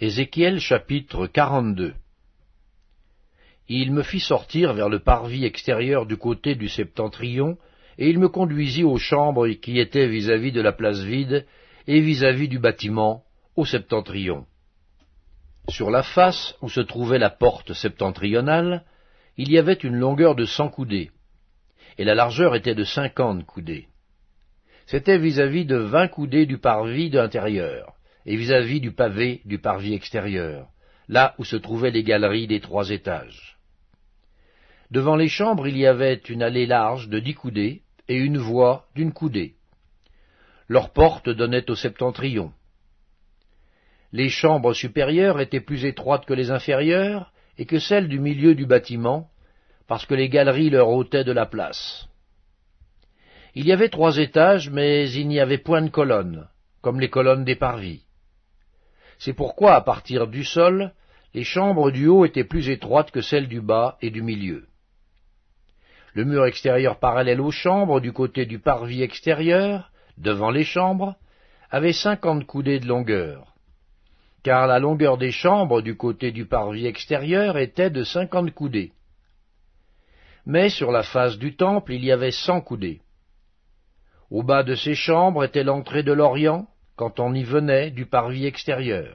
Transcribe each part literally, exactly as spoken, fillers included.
Ézéchiel chapitre quarante-deux. Il me fit sortir vers le parvis extérieur du côté du septentrion, et il me conduisit aux chambres qui étaient vis-à-vis de la place vide et vis-à-vis du bâtiment, au septentrion. Sur la face où se trouvait la porte septentrionale, il y avait une longueur de cent coudées, et la largeur était de cinquante coudées. C'était vis-à-vis de vingt coudées du parvis intérieur, et vis-à-vis du pavé du parvis extérieur, là où se trouvaient les galeries des trois étages. Devant les chambres, il y avait une allée large de dix coudées et une voie d'une coudée. Leurs portes donnaient au septentrion. Les chambres supérieures étaient plus étroites que les inférieures et que celles du milieu du bâtiment, parce que les galeries leur ôtaient de la place. Il y avait trois étages, mais il n'y avait point de colonnes, comme les colonnes des parvis. C'est pourquoi, à partir du sol, les chambres du haut étaient plus étroites que celles du bas et du milieu. Le mur extérieur parallèle aux chambres, du côté du parvis extérieur, devant les chambres, avait cinquante coudées de longueur, car la longueur des chambres du côté du parvis extérieur était de cinquante coudées. Mais sur la face du temple, il y avait cent coudées. Au bas de ces chambres était l'entrée de l'Orient, quand on y venait du parvis extérieur.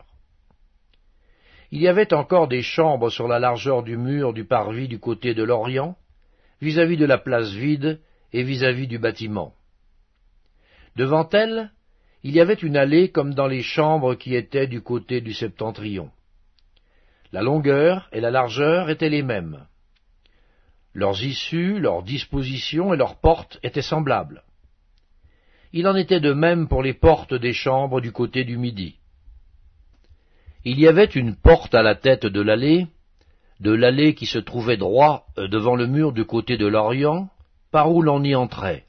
Il y avait encore des chambres sur la largeur du mur du parvis du côté de l'Orient, vis-à-vis de la place vide et vis-à-vis du bâtiment. Devant elles, il y avait une allée comme dans les chambres qui étaient du côté du septentrion. La longueur et la largeur étaient les mêmes. Leurs issues, leurs dispositions et leurs portes étaient semblables. Il en était de même pour les portes des chambres du côté du midi. Il y avait une porte à la tête de l'allée, de l'allée qui se trouvait droit devant le mur du côté de l'Orient, par où l'on y entrait.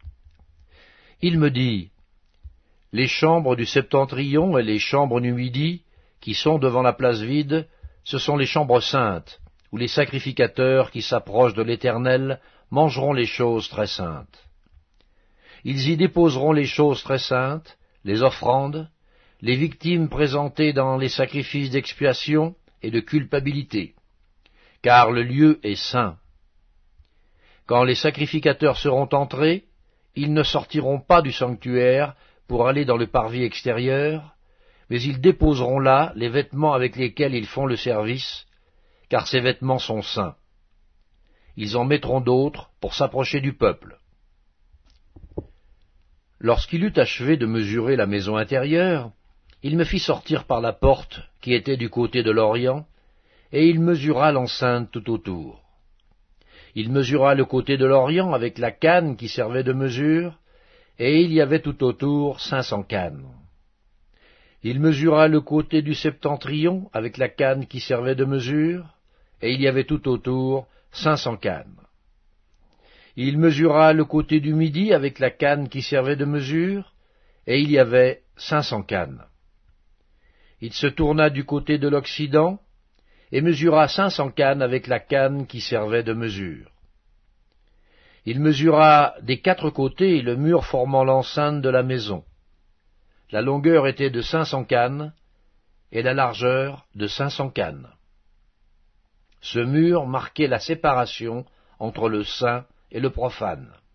Il me dit, « Les chambres du septentrion et les chambres du midi, qui sont devant la place vide, ce sont les chambres saintes, où les sacrificateurs qui s'approchent de l'Éternel mangeront les choses très saintes. Ils y déposeront les choses très saintes, les offrandes, les victimes présentées dans les sacrifices d'expiation et de culpabilité, car le lieu est saint. Quand les sacrificateurs seront entrés, ils ne sortiront pas du sanctuaire pour aller dans le parvis extérieur, mais ils déposeront là les vêtements avec lesquels ils font le service, car ces vêtements sont saints. Ils en mettront d'autres pour s'approcher du peuple. » Lorsqu'il eut achevé de mesurer la maison intérieure, il me fit sortir par la porte qui était du côté de l'Orient, et il mesura l'enceinte tout autour. Il mesura le côté de l'Orient avec la canne qui servait de mesure, et il y avait tout autour cinq cents cannes. Il mesura le côté du septentrion avec la canne qui servait de mesure, et il y avait tout autour cinq cents cannes. Il mesura le côté du midi avec la canne qui servait de mesure, et il y avait cinq cents cannes. Il se tourna du côté de l'Occident, et mesura cinq cents cannes avec la canne qui servait de mesure. Il mesura des quatre côtés le mur formant l'enceinte de la maison. La longueur était de cinq cents cannes, et la largeur de cinq cents cannes. Ce mur marquait la séparation entre le saint et le profane.